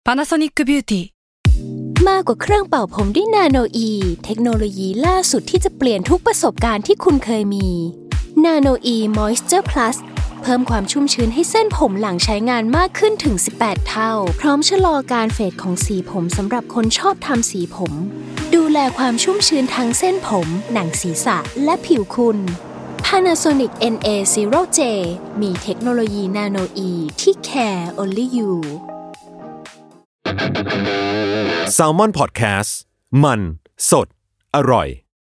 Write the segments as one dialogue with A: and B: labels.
A: Panasonic Beauty
B: มากกว่าเครื่องเป่าผมด้วยนาโนอีเทคโนโลยีล่าสุดที่จะเปลี่ยนทุกประสบการณ์ที่คุณเคยมีนาโนอีมอยส์เจอร์พลัสเพิ่มความชุ่มชื้นให้เส้นผมหลังใช้งานมากขึ้นถึง18เท่าพร้อมชะลอการเฟดของสีผมสำหรับคนชอบทำสีผมดูแลความชุ่มชื้นทั้งเส้นผมหนังศีรษะและผิวคุณ Panasonic NA0J มีเทคโนโลยีนาโนอีที่ care only you
C: Salmon Podcast มันสดอร่อย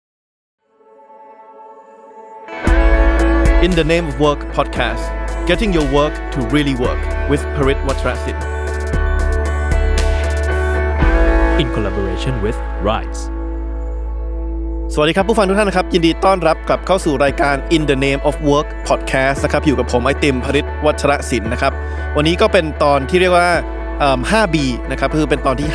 D: In the Name of Work Podcast Getting your work to really work with Parit Watrasit
E: In collaboration with Rise
D: สวัสดีครับผู้ฟังทุกท่านนะครับยินดีต้อนรับกลับเข้าสู่รายการ In the Name of Work Podcast นะครับอยู่กับผมไอติมพริตวัชรศิลป์นะครับวันนี้ก็เป็นตอนที่เรียกว่า5B นะครับคือเป็นตอนที่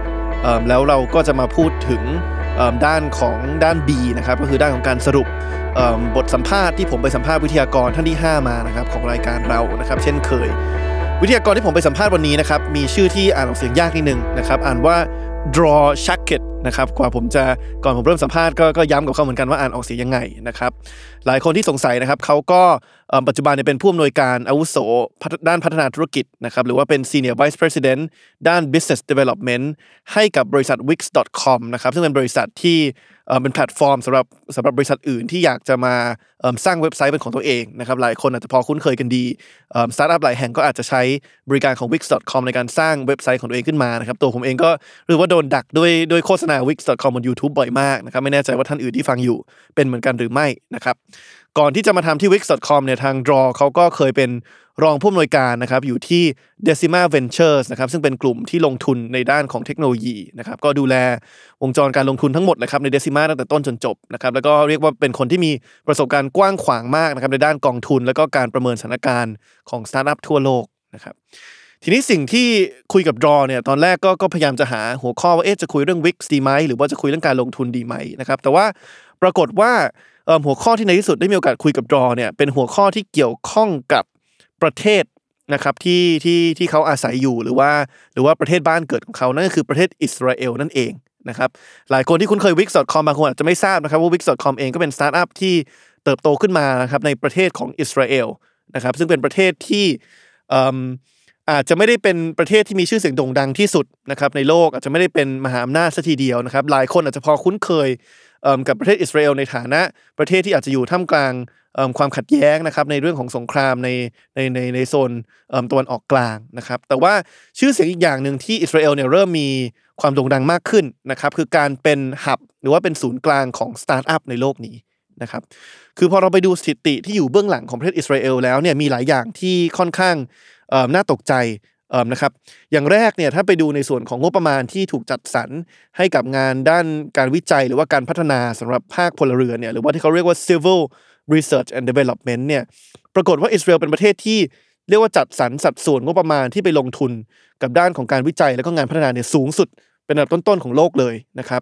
D: 5แล้วเราก็จะมาพูดถึงด้าน B นะครับก็คือด้านของการสรุปบทสัมภาษณ์ที่ผมไปสัมภาษณ์วิทยากรท่านที่5มานะครับของรายการเรานะครับเช่นเคยวิทยากรที่ผมไปสัมภาษณ์วันนี้นะครับมีชื่อที่อ่านออกเสียงยากนิดนึงนะครับอ่านว่า Draw Shacket นะครับก่อนผมเริ่มสัมภาษณ์ก็ย้ำกับเขาเหมือนกันว่าอ่านออกเสียงยังไงนะครับหลายคนที่สงสัยนะครับเขาก็ปัจจุบันเป็นผู้อำนวยการอาวุโสด้านพัฒนาธุรกิจนะครับหรือว่าเป็น Senior Vice President ด้าน Business Development ให้กับบริษัท Wix.com นะครับซึ่งเป็นบริษัทที่เป็นแพลตฟอร์มสำหรับบริษัทอื่นที่อยากจะมาสร้างเว็บไซต์เป็นของตัวเองนะครับหลายคนอาจจะพอคุ้นเคยกันดีสตาร์ทอัพหลายแห่งก็อาจจะใช้บริการของ Wix.com ในการสร้างเว็บไซต์ของตัวเองขึ้นมานะครับตัวผมเองก็หรือว่าโดนดักด้วยโฆษณา Wix.com บน YouTube บ่อยมากนะครับไม่แน่ใจว่าท่านอื่นที่ฟังอยู่เป็นเหมือนกันหรือไม่นะครับก่อนที่จะมาทำที่ Wix.com เนี่ยทาง Draw เขาก็เคยเป็นรองผู้อำนวยการนะครับอยู่ที่ Decima Ventures นะครับซึ่งเป็นกลุ่มที่ลงทุนในด้านของเทคโนโลยีนะครับก็ดูแลวงจรการลงทุนทั้งหมดนะครับใน Decima ตั้งแต่ต้นจนจบนะครับแล้วก็เรียกว่าเป็นคนที่มีประสบการณ์กว้างขวางมากนะครับในด้านกองทุนแล้วก็การประเมินสถานการณ์ของสตาร์ทอัพทั่วโลกนะครับทีนี้สิ่งที่คุยกับ Draw เนี่ยตอนแรกก็พยายามจะหาหัวข้อว่าจะคุยเรื่อง Wix ดีไหมหรือว่าจะคุยเรื่องการลงทุนดีไหมนะครับแต่ว่าปรากฏว่าหัวข้อที่ในที่สุดได้มีโอกาสคุยกับ Draw เนี่ยเป็นหัวข้อที่เกี่ยวข้องกับประเทศนะครับที่เขาอาศัยอยู่หรือว่าประเทศบ้านเกิดของเขานั่นก็คือประเทศอิสราเอลนั่นเองนะครับหลายคนที่คุ้นเคย Wix.com บางคนอาจจะไม่ทราบนะครับว่า Wix.com เองก็เป็นสตาร์ทอัพที่เติบโตขึ้นมานะครับในประเทศของอิสราเอลนะครับซึ่งเป็นประเทศที่อาจจะไม่ได้เป็นประเทศที่มีชื่อเสียงโด่งดังที่สุดนะครับในโลกอาจจะไม่ได้เป็นมหาอำนาจซะทีเดียวนะครับหลายคนอาจจะพอคุ้นเคยกับประเทศอิสราเอลในฐานะประเทศที่อาจจะอยู่ท่ามกลางความขัดแย้งนะครับในเรื่องของสงครามในโซนตะวันออกกลางนะครับแต่ว่าชื่อเสียงอีกอย่างนึงที่อิสราเอลเนี่ยเริ่มมีความโด่งดังมากขึ้นนะครับคือการเป็นหับหรือว่าเป็นศูนย์กลางของสตาร์ทอัพในโลกนี้นะครับคือพอเราไปดูสถิติที่อยู่เบื้องหลังของประเทศอิสราเอลแล้วเนี่ยมีหลายอย่างที่ค่อนข้างน่าตกใจนะครับอย่างแรกเนี่ยถ้าไปดูในส่วนของงบประมาณที่ถูกจัดสรรให้กับงานด้านการวิจัยหรือว่าการพัฒนาสำหรับภาคพลเรือนเนี่ยหรือว่าที่เขาเรียกว่า Civil Research and Development เนี่ยปรากฏว่าอิสราเอลเป็นประเทศที่เรียกว่าจัดสรรสัดส่วนงบประมาณที่ไปลงทุนกับด้านของการวิจัยและก็งานพัฒนาเนี่ยสูงสุดเป็นอันดับต้นๆของโลกเลยนะครับ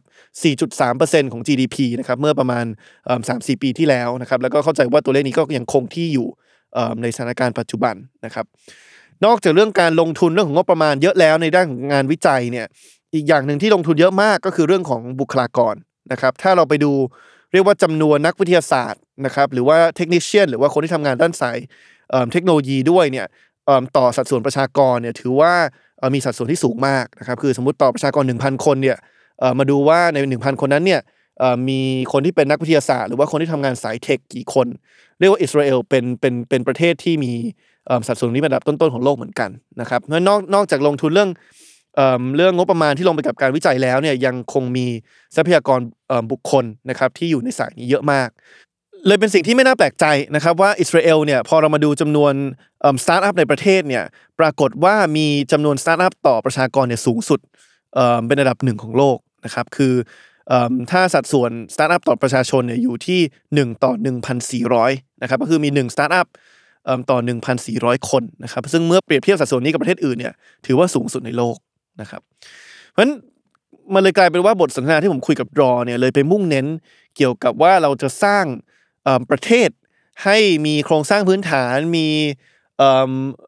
D: 4.3% ของ GDP นะครับเมื่อประมาณ3-4 ปีที่แล้วนะครับแล้วก็เข้าใจว่าตัวเลขนี้ก็ยังคงที่อยู่ในสถานการณ์ปัจจุบันนะครับนอกจากเรื่องการลงทุนเรื่องของงบประมาณเยอะแล้วในด้านของงานวิจัยเนี่ยอีกอย่างนึงที่ลงทุนเยอะมากก็คือเรื่องของบุคลากรนะครับถ้าเราไปดูเรียกว่าจำนวนนักวิทยาศาสตร์นะครับหรือว่าเทคนิคเชียนหรือว่าคนที่ทำงานด้านสายเทคโนโลยีด้วยเนี่ยต่อสัดส่วนประชากรเนี่ยถือว่ามีสัดส่วนที่สูงมากนะครับคือสมมุติต่อประชากร 1,000 คนเนี่ยมาดูว่าใน 1,000 คนนั้นเนี่ยมีคนที่เป็นนักวิทยาศาสตร์หรือว่าคนที่ทำงานสายเทคกี่คนเรียกว่าอิสราเอลเป็นประเทศที่มีสัดส่วนนี้เป็นอันดับต้นๆของโลกเหมือนกันนะครับนอกจากลงทุนเรื่องงบประมาณที่ลงไปกับการวิจัยแล้วเนี่ยยังคงมีทรัพยากรบุคคลนะครับที่อยู่ในสายนี้เยอะมากเลยเป็นสิ่งที่ไม่น่าแปลกใจนะครับว่าอิสราเอลเนี่ยพอเรามาดูจำนวนสตาร์ทอัพในประเทศเนี่ยปรากฏว่ามีจำนวนสตาร์ทอัพต่อประชากรเนี่ยสูงสุดเป็นอันดับ1ของโลกนะครับคือถ้าสัดส่วนสตาร์ทอัพต่อประชาชนเนี่ยอยู่ที่1ต่อ 1,400 นะครับก็คือมี1สตาร์ทอัพต่อ 1,400 คนนะครับซึ่งเมื่อเปรียบเทียบสัดส่วนนี้กับประเทศอื่นเนี่ยถือว่าสูงสุดในโลกนะครับเพราะฉะนั้นมันเลยกลายเป็นว่าบทสนทนาที่ผมคุยกับ Draw เนี่ยเลยไปมุ่งเน้นเกี่ยวกับว่าเราจะสร้างประเทศให้มีโครงสร้างพื้นฐานมี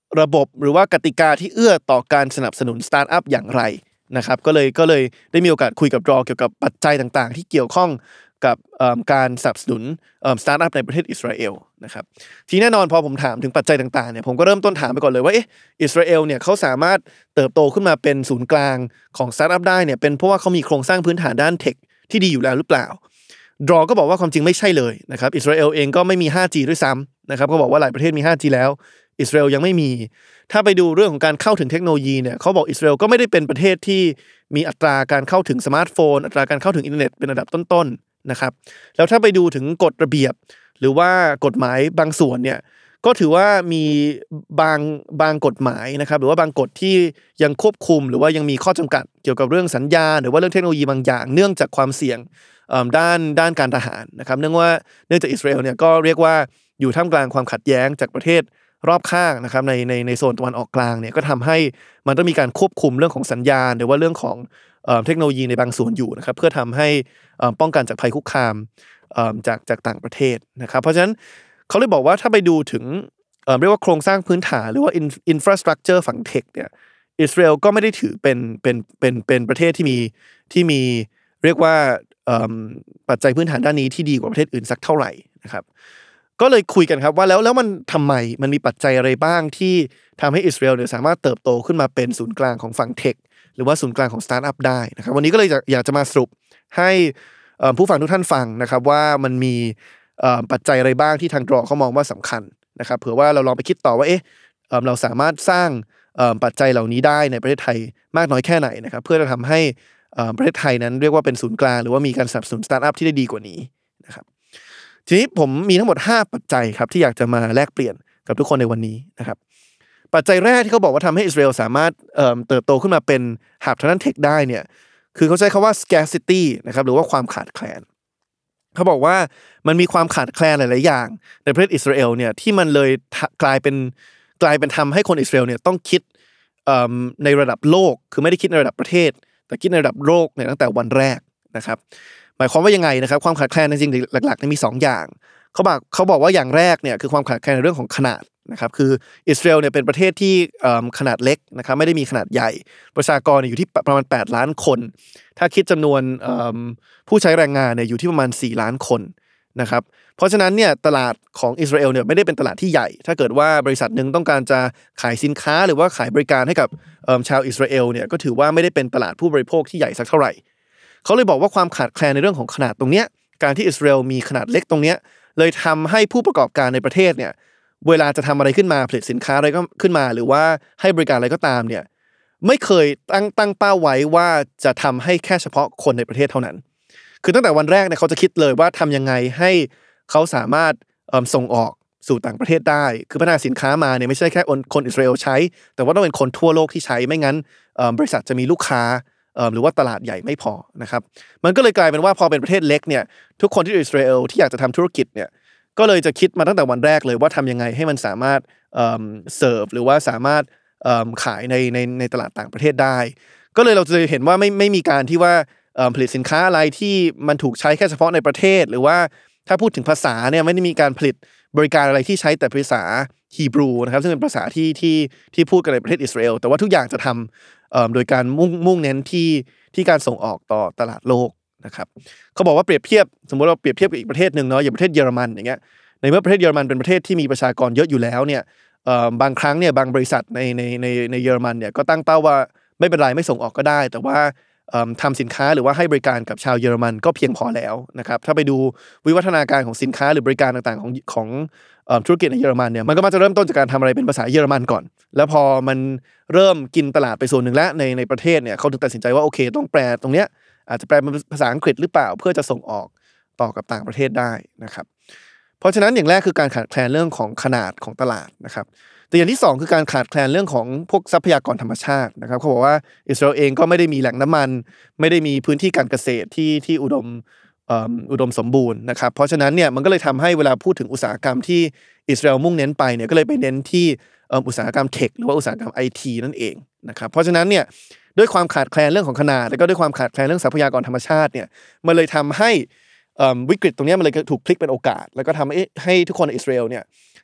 D: ระบบหรือว่ากติกาที่เอื้อต่อการสนับสนุนสตาร์ทอัพอย่างไรนะครับก็เลยได้มีโอกาสคุยกับดรอเกี่ยวกับปัจจัยต่างๆที่เกี่ยวข้องกับการสนับสนุนสตาร์ทอัพในประเทศอิสราเอลนะครับทีแน่นอนพอผมถามถึงปัจจัยต่างๆเนี่ยผมก็เริ่มต้นถามไปก่อนเลยว่าอิสราเอลเนี่ยเขาสามารถเติบโตขึ้นมาเป็นศูนย์กลางของสตาร์ทอัพได้เนี่ยเป็นเพราะว่าเขามีโครงสร้างพื้นฐานด้านเทคที่ดีอยู่แล้วหรือเปล่าดรอก็บอกว่าความจริงไม่ใช่เลยนะครับอิสราเอลเองก็ไม่มี 5G ด้วยซ้ำนะครับก็บอกว่าหลายประเทศมี 5G แล้วอิสราเอลยังไม่มีถ้าไปดูเรื่องของการเข้าถึงเทคโนโลยีเนี่ยเขาบอกอิสราเอลก็ไม่ได้เป็นประเทศที่มีอัตราการเข้าถึงสมาร์ทโฟนอัตราการเข้าถึงอินเทอร์เน็ตเป็นอันดับต้นๆนะครับแล้วถ้าไปดูถึงกฎระเบียบหรือว่ากฎหมายบางส่วนเนี่ยก็ถือว่ามีบางกฎหมายนะครับหรือว่าบางกฎที่ยังควบคุมหรือว่ายังมีข้อจำกัดเกี่ยวกับเรื่องสัญญาหรือว่าเรื่องเทคโนโลยีบางอย่างเนื่องจากความเสี่ยงด้านการทหารนะครับเนื่องจากอิสราเอลเนี่ยก็เรียกว่าอยู่ท่ามกลางความขัดแย้งจากประเทศรอบข้างนะครับในโซนตะวันออกกลางเนี่ยก็ทำให้มันต้องมีการควบคุมเรื่องของสัญญาณหรือว่าเรื่องของเทคโนโลยีในบางส่วนอยู่นะครับเพื่อทำให้ป้องกันจากภัยคุกคามจากต่างประเทศนะครับเพราะฉะนั้นเขาเลยบอกว่าถ้าไปดูถึงเรียกว่าโครงสร้างพื้นฐานหรือว่าอินฟราสตรัคเจอร์ฝั่งเทคเนี่ยอิสราเอลก็ไม่ได้ถือเป็นประเทศที่มีเรียกว่าปัจจัยพื้นฐานด้านนี้ที่ดีกว่าประเทศอื่นสักเท่าไหร่นะครับก็เลยคุยกันครับว่าแล้วมันทำไมมันมีปัจจัยอะไรบ้างที่ทำให้อิสราเอลเนี่ยสามารถเติบโตขึ้นมาเป็นศูนย์กลางของฝั่งเทคหรือว่าศูนย์กลางของสตาร์ทอัพได้นะครับวันนี้ก็เลยอยากจะมาสรุปให้ผู้ฟังทุกท่านฟังนะครับว่ามันมีปัจจัยอะไรบ้างที่ทางดรอเขามองว่าสำคัญนะครับเผื่อว่าเราลองไปคิดต่อว่าเราสามารถสร้างปัจจัยเหล่านี้ได้ในประเทศไทยมากน้อยแค่ไหนนะครับเพื่อจะทำให้ประเทศไทยนั้นเรียกว่าเป็นศูนย์กลางหรือว่ามีการสนับสนุนสตาร์ทอัพที่ได้ดีกว่านี้นะครับทีนี้ผมมีทั้งหมด5ปัจจัยครับที่อยากจะมาแลกเปลี่ยนกับทุกคนในวันนี้นะครับปัจจัยแรกที่เขาบอกว่าทำให้อิสราเอลสามารถเติบโตขึ้นมาเป็นหับทางด้านเทคได้เนี่ยคือเขาใช้คำว่า scarcity นะครับหรือว่าความขาดแคลนเขาบอกว่ามันมีความขาดแคลนหลายๆอย่างในประเทศอิสราเอลเนี่ยที่มันเลยกลายเป็นทำให้คนอิสราเอลเนี่ยต้องคิดในระดับโลกคือไม่ได้คิดในระดับประเทศแต่คิดในระดับโลกเนี่ยตั้งแต่วันแรกนะครับหมายความว่ายังไงนะครับความขาดแคลนจริงๆหลักๆมี2อย่างเขาบอกว่าอย่างแรกเนี่ยคือความขาดแคลนในเรื่องของขนาดนะครับคืออิสราเอลเนี่ยเป็นประเทศที่ขนาดเล็กนะครับไม่ได้มีขนาดใหญ่ประชากรอยู่ที่ประมาณ8ล้านคนถ้าคิดจำนวนผู้ใช้แรงงานเนี่ยอยู่ที่ประมาณ4ล้านคนนะครับเพราะฉะนั้นเนี่ยตลาดของอิสราเอลเนี่ยไม่ได้เป็นตลาดที่ใหญ่ถ้าเกิดว่าบริษัทนึงต้องการจะขายสินค้าหรือว่าขายบริการให้กับชาวอิสราเอลเนี่ยก็ถือว่าไม่ได้เป็นตลาดผู้บริโภคที่ใหญ่สักเท่าไหร่เขาเลยบอกว่าความขาดแคลนในเรื่องของขนาดตรงเนี้ยการที่อิสราเอลมีขนาดเล็กตรงเนี้ยเลยทำให้ผู้ประกอบการในประเทศเนี่ยเวลาจะทำอะไรขึ้นมาผลิตสินค้าอะไรก็ขึ้นมาหรือว่าให้บริการอะไรก็ตามเนี่ยไม่เคยตั้งเป้าไว้ว่าจะทำให้แค่เฉพาะคนในประเทศเท่านั้นคือตั้งแต่วันแรกเนี่ยเขาจะคิดเลยว่าทำยังไงให้เขาสามารถส่งออกสู่ต่างประเทศได้คือพัฒนาสินค้ามาเนี่ยไม่ใช่แค่คนอิสราเอลใช้แต่ว่าต้องเป็นคนทั่วโลกที่ใช้ไม่งั้นบริษัทจะมีลูกค้าหรือว่าตลาดใหญ่ไม่พอนะครับมันก็เลยกลายเป็นว่าพอเป็นประเทศเล็กเนี่ยทุกคนที่อยู่อิสราเอลที่อยากจะทำธุรกิจเนี่ยก็เลยจะคิดมาตั้งแต่วันแรกเลยว่าทำยังไงให้มันสามารถเสิร์ฟหรือว่าสามารถขายในตลาดต่างประเทศได้ก็เลยเราจะเห็นว่าไม่มีการที่ว่าผลิตสินค้าอะไรที่มันถูกใช้แค่เฉพาะในประเทศหรือว่าถ้าพูดถึงภาษาเนี่ยไม่ได้มีการผลิตบริการอะไรที่ใช้แต่ภาษาฮีบรูนะครับซึ่งเป็นภาษาที่พูดกันในประเทศอิสราเอลแต่ว่าทุกอย่างจะทำโดยการมุ่งเน้นที่การส่งออกต่อตลาดโลกนะครับเขาบอกว่าเปรียบเทียบสมมติเราเปรียบเทียบกับอีกประเทศนึงเนาะอย่างประเทศเยอรมันอย่างเงี้ยในเมื่อประเทศเยอรมันเป็นประเทศที่มีประชากรเยอะอยู่แล้วเนี่ยบางครั้งเนี่ยบางบริษัทในเยอรมันเนี่ยก็ตั้งเป้าว่าไม่เป็นไรไม่ส่งออกก็ได้แต่ว่าทำสินค้าหรือว่าให้บริการกับชาวเยอรมันก็เพียงพอแล้วนะครับถ้าไปดูวิวัฒนาการของสินค้าหรือบริการต่างๆของธุรกิจในเยอรมันเนี่ยมันก็มักจะเริ่มต้นจากการทำอะไรเป็นภาษาเยอรมันก่อนแล้วพอมันเริ่มกินตลาดไปส่วนหนึ่งแล้วในประเทศเนี่ยเขาถึงตัดสินใจว่าโอเคต้องแปลตรงเนี้ยอาจจะแปลเป็นภาษาอังกฤษหรือเปล่าเพื่อจะส่งออกต่อกับต่างประเทศได้นะครับเพราะฉะนั้นอย่างแรกคือการขาดแคลนเรื่องของขนาดของตลาดนะครับแต่อย่างที่2คือการขาดแคลนเรื่องของพวกทรัพยากรธรรมชาตินะครับเขาบอกว่าอิสราเอลเองก็ไม่ได้มีแหล่งน้ำมันไม่ได้มีพื้นที่การเกษตรที่อุดมสมบูรณ์นะครับเพราะฉะนั้นเนี่ยมันก็เลยทำให้เวลาพูดถึงอุตสาหกรรมที่อิสราเอลมุ่งเน้นไปเนี่ยก็เลยไปเน้นที่อุตสาหกรรมเทคหรือว่าอุตสาหกรรม IT นั่นเองนะครับเพราะฉะนั้นเนี่ยด้วยความขาดแคลนเรื่องของขนาดแล้วก็ด้วยความขาดแคลนเรื่องทรัพยากรธรรมชาติเนี่ยมันเลยทำให้วิกฤตตรงนี้มันเลยถูกพลิกเป็นโอกาสแล้วก็ทำให้ทุกคนในอิสราเอลเนี่ย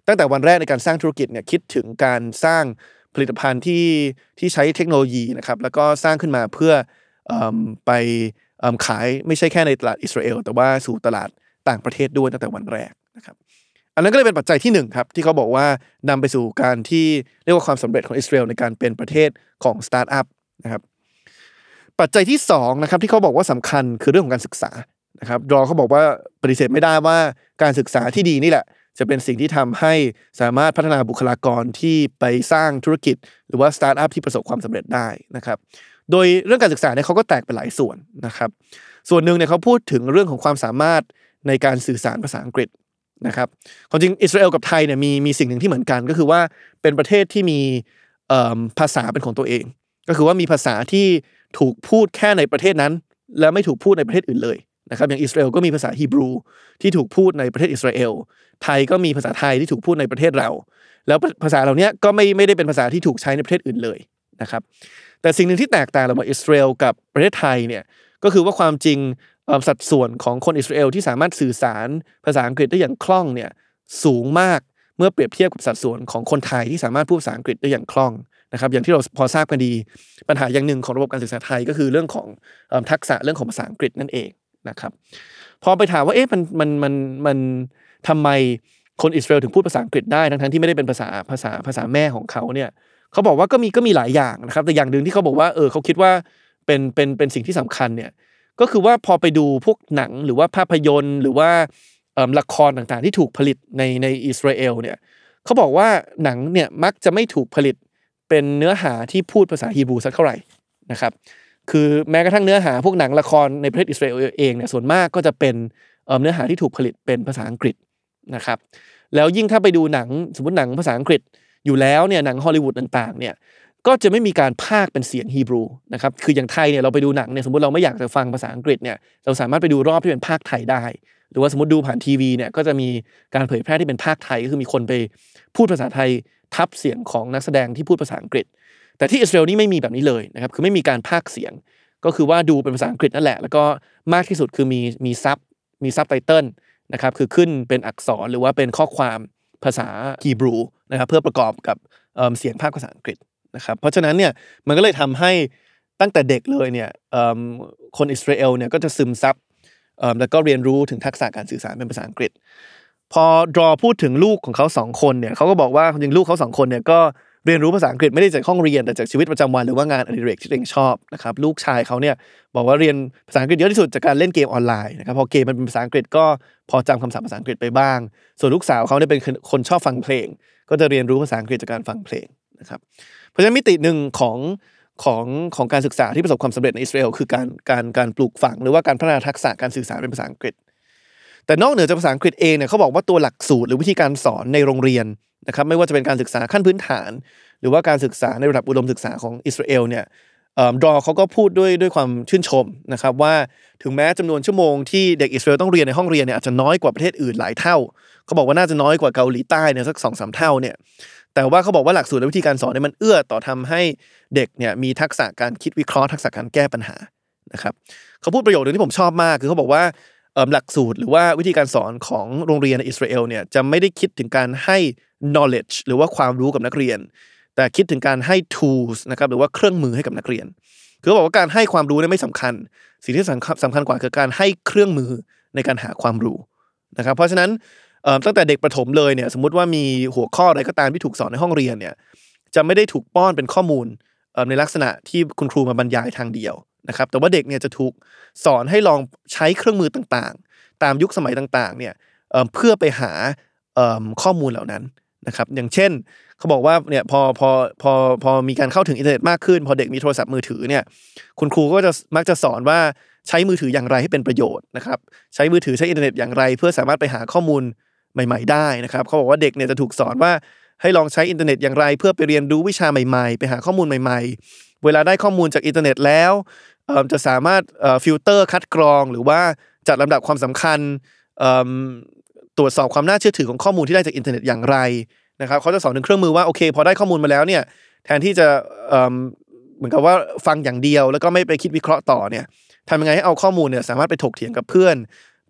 D: ตั้งแต่วันแรกในการสร้างธุรกิจเนี่ยคิดถึงการสร้างผลิตภัณฑ์ที่ใช้เทคโนโลยีนะครับแล้วก็สร้างขึ้นมาเพื่อไปขายไม่ใช่แค่ในตลาดอิสราเอลแต่ว่าสู่ตลาดต่างประเทศด้วยตั้งแต่วันแรกนะครับอันนั้นก็เลยเป็นปัจจัยที่1ครับที่เขาบอกว่านำไปสู่การที่เรียกว่าความสำเร็จของอิสราเอลในการเป็นประเทศของสตาร์ทอัพนะครับปัจจัยที่2นะครับที่เขาบอกว่าสำคัญคือเรื่องของการศึกษานะครับรอเขาบอกว่าปฏิเสธไม่ได้ว่าการศึกษาที่ดีนี่แหละจะเป็นสิ่งที่ทำให้สามารถพัฒนาบุคลากรที่ไปสร้างธุรกิจหรือว่าสตาร์ทอัพที่ประสบความสำเร็จได้นะครับโดยเรื่องการศึกษาเนี่ยเขาก็แตกเป็นหลายส่วนนะครับส่วนหนึ่งเนี่ยเขาพูดถึงเรื่องของความสามารถในการสื่อสารภาษาอังกฤษนะครับความจริงอิสราเอลกับไทยเนี่ยมีสิ่งหนึ่งที่เหมือนกันก็คือว่าเป็นประเทศที่มีภาษาเป็นของตัวเองก็คือว่ามีภาษาที่ถูกพูดแค่ในประเทศนั้นและไม่ถูกพูดในประเทศอื่นเลยนะครับอย่างอิสราเอลก็มีภาษาฮีบรูที่ถูกพูดในประเทศอิสราเอลไทยก็มีภาษาไทยที่ถูกพูดในประเทศเราแล้วภาษาเหล่านี้ก็ไม่ได้เป็นภาษาที่ถูกใช้ในประเทศอื่นเลยนะครับแต่สิ่งหนึ่งที่แตกต่างระหว่างอิสราเอลกับประเทศไทยเนี่ยก็คือว่าความจริงสัดส่วนของคนอิสราเอลที่สามารถสื่อสารภาษาอังกฤษได้อย่างคล่องเนี่ยสูงมากเมื่อเปรียบเทียบกับสัดส่วนของคนไทยที่สามารถพูดภาษาอังกฤษได้อย่างคล่องนะครับอย่างที่เราพอทราบกันดีปัญหาอย่างหนึ่งของระบบการศึกษาไทยก็คือเรื่องของทักษะเรื่องของภาษาอังกฤษนั่นเองนะครับพอไปถามว่ามันทำไมคนอิสราเอลถึงพูดภาษาอังกฤษได้ทั้งที่ไม่ได้เป็นภาษาแม่ของเขาเนี่ยเขาบอกว่าก็มีหลายอย่างนะครับแต่อย่างนึงที่เขาบอกว่าเขาคิดว่าเป็นสิ่งที่สำคัญเนี่ยก็คือว่าพอไปดูพวกหนังหรือว่าภาพยนตร์หรือว่าละครต่างๆที่ถูกผลิตในอิสราเอลเนี่ยเขาบอกว่าหนังเนี่ยมักจะไม่ถูกผลิตเป็นเนื้อหาที่พูดภาษาฮีบรูสักเท่าไหร่นะครับคือแม้กระทั่งเนื้อหาพวกหนังละครในประเทศอิสราเอลเองเนี่ยส่วนมากก็จะเป็นเนื้อหาที่ถูกผลิตเป็นภาษาอังกฤษนะครับแล้วยิ่งถ้าไปดูหนังสมมติหนังภาษาอังกฤษอยู่แล้วเนี่ยหนังฮอลลีวูดต่างๆเนี่ยก็จะไม่มีการพากย์เป็นเสียงฮีบรูนะครับคืออย่างไทยเนี่ยเราไปดูหนังเนี่ยสมมติเราไม่อยากจะฟังภาษาอังกฤษเนี่ยเราสามารถไปดูรอบที่เป็นพากย์ไทยได้หรือว่าสมมติดูผ่านทีวีเนี่ยก็จะมีการเผยแพร่ที่เป็นพากย์ไทยก็คือมีคนไปพูดภาษาไทยทับเสียงของนักแสดงที่พูดภาษาอังกฤษแต่ที่อิสราเอลนี่ไม่มีแบบนี้เลยนะครับคือไม่มีการพากย์เสียงก็คือว่าดูเป็นภาษาอังกฤษนั่นแหละแล้วก็มากที่สุดคือมีซับไตเติลนะครับคือขึ้นเป็นอักษรหรือว่าเป็นข้อความภาษาฮีบรูนะครับเพื่อประกอบกับเสียงพากย์ภาษาอังกฤษนะครับเพราะฉะนั้นเนี่ยมันก็เลยทำให้ตั้งแต่เด็กเลยเนี่ยคนอิสราเอลเนี่ยก็จะซึมซับแล้วก็เรียนรู้ถึงทักษะการสื่อสารเป็นภาษาอังกฤษพอดรอพูดถึงลูกของเขา2คนเนี่ยเขาก็บอกว่าจริงลูกเขา2คนเนี่ยก็เรียนรู้ภาษาอังกฤษไม่ได้จากห้องเรียนแต่จากชีวิตประจำวันหรือว่างานอดิเรกที่ตัวเองชอบนะครับลูกชายเขาเนี่ยบอกว่าเรียนภาษาอังกฤษเยอะที่สุดจากการเล่นเกมออนไลน์นะครับพอเกมมันเป็นภาษาอังกฤษก็พอจำคำศัพท์ภาษาอังกฤษไปบ้างส่วนลูกสาวเขาเนี่ยเป็นคนชอบฟังเพลงก็จะเรียนรู้ภาษาอังกฤษจากการฟังเพลงนะครับเพราะฉะนั้นมิติหนึ่งของการศึกษาที่ประสบความสำเร็จในอิสราเอลคือการปลูกฝังหรือว่าการพัฒนาทักษะการสื่อสารเป็นภาษาอังกฤษแต่นอกเหนือจากภาษาอังกฤษเองเนี่ยเขาบอกว่าตัวหลักสูตรหรือวิธีการสอนในโรงเรียนนะครับไม่ว่าจะเป็นการศึกษาขั้นพื้นฐานหรือว่าการศึกษาในระดับอุดมศึกษาของอิสราเอลเนี่ยดรอเขาก็พูดด้วยความชื่นชมนะครับว่าถึงแม้จำนวนชั่วโมงที่เด็กอิสราเอลต้องเรียนในห้องเรียนเนี่ยอาจจะน้อยกว่าประเทศอื่นหลายเท่าเขาบอกว่าน่าจะน้อยกว่าเกาหลีใต้เนี่ยสัก 2-3 เท่าเนี่ยแต่ว่าเขาบอกว่าหลักสูตรและวิธีการสอนเนี่ยมันเอื้อต่อทำให้เด็กเนี่ยมีทักษะการคิดวิเคราะห์ทักษะการแก้ปัญหานะครับเขาพูดประโยคนึงที่ผมชอบมากคือเขาบอกว่าหลักสูตรหรือว่าวิธีการสอนของโรงเรียนในอิสราเอลเนี่ยจะไม่ได้คิดถึงการให้ knowledge หรือว่าความรู้กับนักเรียนแต่คิดถึงการให้ tools นะครับหรือว่าเครื่องมือให้กับนักเรียนคือเขาบอกว่าการให้ความรู้เนี่ยไม่สำคัญสิ่งที่สำคัญกว่าคือการให้เครื่องมือในการหาความรู้นะครับเพราะฉะนั้นตั้งแต่เด็กประถมเลยเนี่ยสมมุติว่ามีหัวข้ออะไรก็ตามที่ถูกสอนในห้องเรียนเนี่ยจะไม่ได้ถูกป้อนเป็นข้อมูลในลักษณะที่คุณครูมาบรรยายทางเดียวนะครับแต่ว่าเด็กเนี่ยจะถูกสอนให้ลองใช้เครื่องมือต่างๆตามยุคสมัยต่างๆเนี่ยเพื่อไปหาข้อมูลเหล่านั้นนะครับอย่างเช่นเขาบอกว่าเนี่ยพอมีการเข้าถึงอินเทอร์เน็ตมากขึ้นพอเด็กมีโทรศัพท์มือถือเนี่ยคุณครูก็จะมักจะสอนว่าใช้มือถืออย่างไรให้เป็นประโยชน์นะครับใช้มือถือใช้อินเทอร์เน็ตอย่างไรเพื่อสามารถไปหาข้อมูลใหม่ๆได้นะครับเขาบอกว่าเด็กเนี่ยจะถูกสอนว่าให้ลองใช้อินเทอร์เน็ตอย่างไรเพื่อไปเรียนรู้วิชาใหม่ๆไปหาข้อมูลใหม่ๆเวลาได้ข้อมูลจากอินเทอร์เน็ตแล้วจะสามารถฟิลเตอร์คัดกรองหรือว่าจัดลำดับความสำคัญตรวจสอบความน่าเชื่อถือของข้อมูลที่ได้จากอินเทอร์เน็ตอย่างไรนะครับเขาจะสอนถึงเครื่องมือว่าโอเคพอได้ข้อมูลมาแล้วเนี่ยแทนที่จะเหมือนกับว่าฟังอย่างเดียวแล้วก็ไม่ไปคิดวิเคราะห์ต่อเนี่ยทำยังไงให้เอาข้อมูลเนี่ยสามารถไปถกเถียงกับเพื่อนไป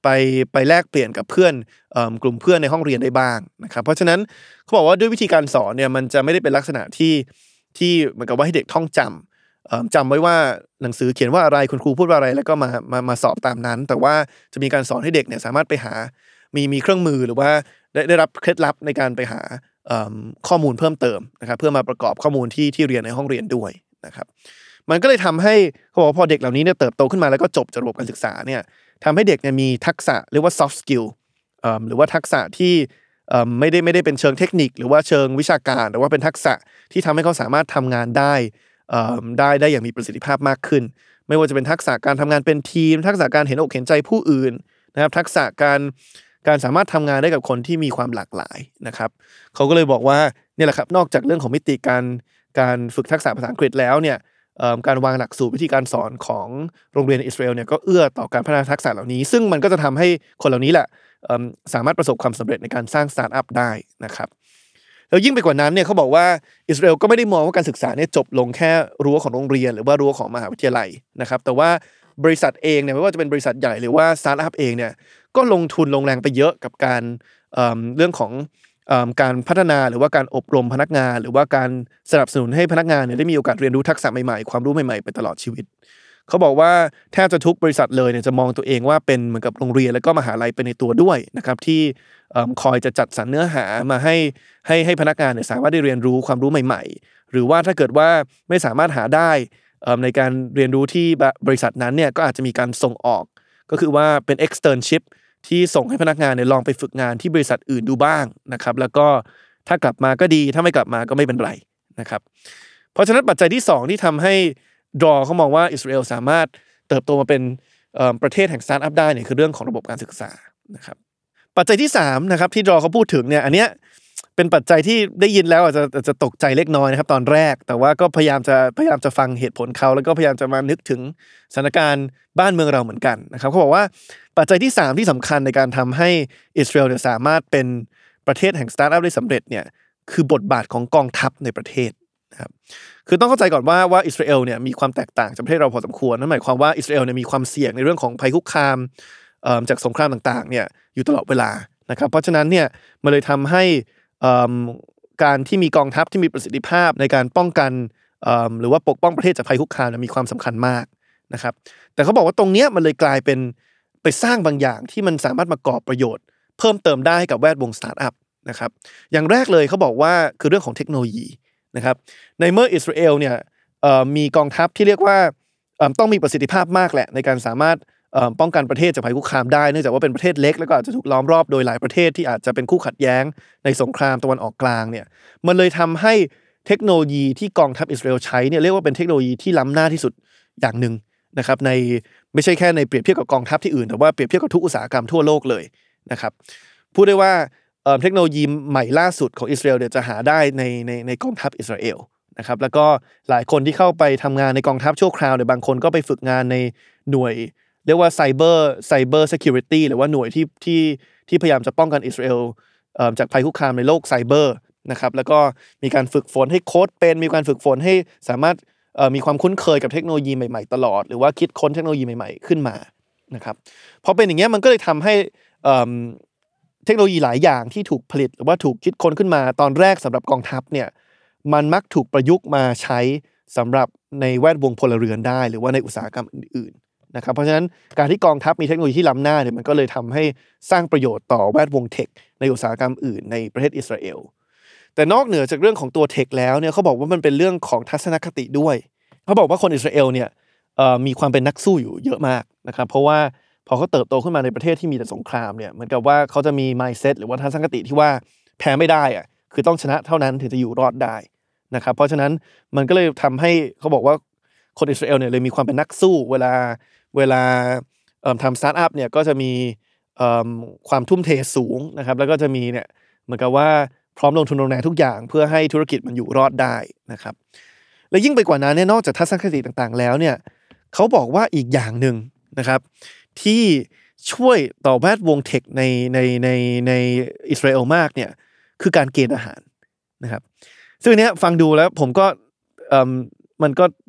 D: ไปแลกเปลี่ยนกับเพื่อนกลุ่มเพื่อนในห้องเรียนได้บ้างนะครับเพราะฉะนั้นเขาบอกว่าด้วยวิธีการสอนเนี่ยมันจะไม่ได้เป็นลักษณะที่เหมือนกับว่าให้เด็กท่องจำไว้ว่าหนังสือเขียนว่าอะไรคุณครูพูดว่าอะไรแล้วก็มาสอบตามนั้นแต่ว่าจะมีการสอนให้เด็กเนี่ยสามารถไปหามีเครื่องมือหรือว่าได้รับเคล็ดลับในการไปหาข้อมูลเพิ่มเติมนะครับเพื่อมาประกอบข้อมูลที่เรียนในห้องเรียนด้วยนะครับมันก็เลยทำให้เขาบอกว่าพอเด็กเหล่านี้เนี่ยเติบโตขึ้นมาแล้วก็จบจากระบบการศึกษาเนี่ยทำให้เด็กเนี่ยมีทักษะเรียกว่า soft skill หรือว่าทักษะที่ไม่ได้เป็นเชิงเทคนิคหรือว่าเชิงวิชาการแต่ว่าเป็นทักษะที่ทำให้เขาสามารถทำงานได้อย่างมีประสิทธิภาพมากขึ้นไม่ว่าจะเป็นทักษะการทำงานเป็นทีมทักษะการเห็นอกเห็นใจผู้อื่นนะครับทักษะการสามารถทำงานได้กับคนที่มีความหลากหลายนะครับเขาก็เลยบอกว่าเนี่ยแหละครับนอกจากเรื่องของมิติการฝึกทักษะภาษาอังกฤษแล้วเนี่ยการวางหลักสูตรวิธีการสอนของโรงเรียนในอิสราเอลเนี่ยก็เอื้อต่อการพัฒนาทักษะเหล่านี้ซึ่งมันก็จะทำให้คนเหล่านี้แหละสามารถประสบความสำเร็จในการสร้างสตาร์ทอัพได้นะครับแล้วยิ่งไปกว่านั้นเนี่ยเขาบอกว่าอิสราเอลก็ไม่ได้มองว่าการศึกษาเนี่ยจบลงแค่รั้วของโรงเรียนหรือว่ารั้วของมหาวิทยาลัยนะครับแต่ว่าบริษัทเองเนี่ยไม่ว่าจะเป็นบริษัทใหญ่หรือว่าสตาร์ทอัพเองเนี่ยก็ลงทุนลงแรงไปเยอะกับการเรื่องของการพัฒนาหรือว่าการอบรมพนักงานหรือว่าการสนับสนุนให้พนักงานเนี่ยได้มีโอกาสเรียนรู้ทักษะใหม่ๆความรู้ใหม่ๆไปตลอดชีวิตเขาบอกว่าแทบจะทุกบริษัทเลยเนี่ยจะมองตัวเองว่าเป็นเหมือนกับโรงเรียนแล้วก็มหาลัยไปในตัวด้วยนะครับที่คอยจะจัดสรรเนื้อหามาให้พนักงานเนี่ยสามารถได้เรียนรู้ความรู้ใหม่ๆหรือว่าถ้าเกิดว่าไม่สามารถหาได้ในการเรียนรู้ที่บริษัทนั้นเนี่ยก็อาจจะมีการส่งออกก็คือว่าเป็น externship ที่ส่งให้พนักงานเนี่ยลองไปฝึกงานที่บริษัทอื่นดูบ้างนะครับแล้วก็ถ้ากลับมาก็ดีถ้าไม่กลับมาก็ไม่เป็นไรนะครับเพราะฉะนั้นปัจจัยที่2ที่ทำให้ดรอเขามองว่าอิสราเอลสามารถเติบโตมาเป็นประเทศแห่งสตาร์ทอัพได้เนี่ยคือเรื่องของระบบการศึกษานะครับปัจจัยที่3นะครับที่ดรอเขาพูดถึงเนี่ยอันเนี้ยเป็นปัจจัยที่ได้ยินแล้วอาจจะตกใจเล็กน้อยนะครับตอนแรกแต่ว่าก็พยายามจะฟังเหตุผลเขาแล้วก็พยายามจะมานึกถึงสถานการณ์บ้านเมืองเราเหมือนกันนะครับเขาบอกว่าปัจจัยที่3ที่สำคัญในการทำให้อิสราเอลเนี่ยสามารถเป็นประเทศแห่งสตาร์ทอัพได้สำเร็จเนี่ยคือบทบาทของกองทัพในประเทศนะครับคือต้องเข้าใจก่อนว่าอิสราเอลเนี่ยมีความแตกต่างจากประเทศเราพอสมควรนั่นหมายความว่าอิสราเอลเนี่ยมีความเสี่ยงในเรื่องของภัยคุกคามจากสงครามต่างๆเนี่ยอยู่ตลอดเวลานะครับเพราะฉะนั้นเนี่ยมันเลยทำให้การที่มีกองทัพที่มีประสิทธิภาพในการป้องกันหรือว่าปกป้องประเทศจากภัยคุกคามมีความสำคัญมากนะครับแต่เขาบอกว่าตรงเนี้ยมันเลยกลายเป็นไปสร้างบางอย่างที่มันสามารถมาก่อประโยชน์เพิ่มเติมได้กับแวดวงสตาร์ทอัพนะครับอย่างแรกเลยเขาบอกว่าคือเรื่องของเทคโนโลยีนะครับในเมื่ออิสราเอลเนี่ยมีกองทัพที่เรียกว่าต้องมีประสิทธิภาพมากแหละในการสามารถป้องกันประเทศจากภัยคุกคามได้เนื่องจากว่าเป็นประเทศเล็กแล้วก็อาจจะถูกล้อมรอบโดยหลายประเทศที่อาจจะเป็นคู่ขัดแย้งในสงครามตะวันออกกลางเนี่ยมันเลยทำให้เทคโนโลยีที่กองทัพอิสราเอลใช้เนี่ยเรียกว่าเป็นเทคโนโลยีที่ล้ำหน้าที่สุดอย่างนึงนะครับในไม่ใช่แค่ในเปรียบเทียบกับกองทัพที่อื่นแต่ว่าเปรียบเทียบกับทุกอุตสาหกรรมทั่วโลกเลยนะครับพูดได้ว่าเทคโนโลยีใหม่ล่าสุดของอิสราเอลเนี่ยจะหาได้ในกองทัพอิสราเอลนะครับแล้วก็หลายคนที่เข้าไปทำงานในกองทัพชั่วคราวเนี่ยบางคนก็ไปฝึกงานในหน่วยเรียกว่าไซเบอร์ซิเคียวริตี้หรือว่าหน่วยที่พยายามจะป้องกันอิสราเอลจากภัยคุกคามในโลกไซเบอร์นะครับแล้วก็มีการฝึกฝนให้โค้ดเป็นมีการฝึกฝนให้สามารถมีความคุ้นเคยกับเทคโนโลยีใหม่ๆตลอดหรือว่าคิดค้นเทคโนโลยีใหม่ๆขึ้นมานะครับพอเป็นอย่างเงี้ยมันก็เลยทำให้เทคโนโลยีหลายอย่างที่ถูกผลิตหรือว่าถูกคิดค้นขึ้นมาตอนแรกสำหรับกองทัพเนี่ยมันมักถูกประยุกต์มาใช้สำหรับในแวดวงพลเรือนได้หรือว่าในอุตสาหกรรมอื่นๆนะครับเพราะฉะนั้นการที่กองทัพมีเทคโนโลยีที่ล้ำหน้าเนี่ยมันก็เลยทำให้สร้างประโยชน์ต่อแวดวงเทคในอุตสาหกรรมอื่นในประเทศอิสราเอลแต่นอกเหนือจากเรื่องของตัวเทคแล้วเนี่ยเขาบอกว่ามันเป็นเรื่องของทัศนคติด้วยเขาบอกว่าคนอิสราเอลเนี่ยมีความเป็นนักสู้อยู่เยอะมากนะครับเพราะว่าพอเขาเติบโตขึ้นมาในประเทศที่มีแต่สงครามเนี่ยเหมือนกับว่าเขาจะมี mindset หรือว่าทัศนคติที่ว่าแพ้ไม่ได้อะคือต้องชนะเท่านั้นถึงจะอยู่รอดได้นะครับเพราะฉะนั้นมันก็เลยทำให้เขาบอกว่าคนอิสราเอลเนี่ยเลยมีความเป็นนักสู้เวลาทำสตาร์ทอัพเนี่ยก็จะมีความทุ่มเทสูงนะครับแล้วก็จะมีเนี่ยเหมือนกับว่าพร้อมลงทุนลงแรงทุกอย่างเพื่อให้ธุรกิจมันอยู่รอดได้นะครับและยิ่งไปกว่านั้นเนี่ยนอกจากทัศนคติต่างๆแล้วเนี่ยเขาบอกว่าอีกอย่างนึงนะครับที่ช่วยต่อแวดวงเทคในอิสราเอลมากเนี่ยคือการเกณฑ์อาหารนะครับซึ่งเนี้ยฟังดูแล้วผมก็มันก็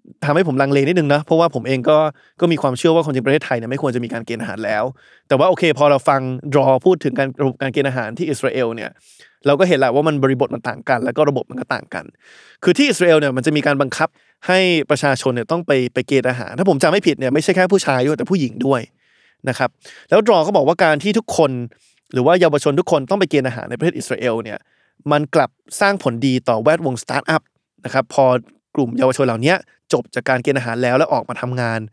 D: ทำให้ผมลังเลนิดนึงนะเพราะว่าผมเองก็มีความเชื่อว่าคนจริงประเทศไทยเนี่ยไม่ควรจะมีการเกณฑ์อาหารแล้วแต่ว่าโอเคพอเราฟังดรอพูดถึงการระบบการเกณฑ์อาหารที่อิสราเอลเนี่ยเราก็เห็นแหละว่ามันบริบทมันต่างกันแล้วก็ระบบมันก็ต่างกันคือที่อิสราเอลเนี่ยมันจะมีการบังคับให้ประชาชนเนี่ยต้องไปเกณฑ์อาหารถ้าผมจำไม่ผิดเนี่ยไม่ใช่แค่ผู้ชายด้วยแต่ผู้หญิงด้วยนะครับแล้วดรอเขาบอกว่าการที่ทุกคนหรือว่าเยาวชนทุกคนต้องไปเกณฑ์อาหารในประเทศอิสราเอลเนี่ยมันกลับสร้างผลดีต่อแวดวงสตาร์ทอัพนะครับพอกลุ่มเยาวชนเหล่านี้จบจากการเกณฑ์อาหารแล้วออกมาทำงาน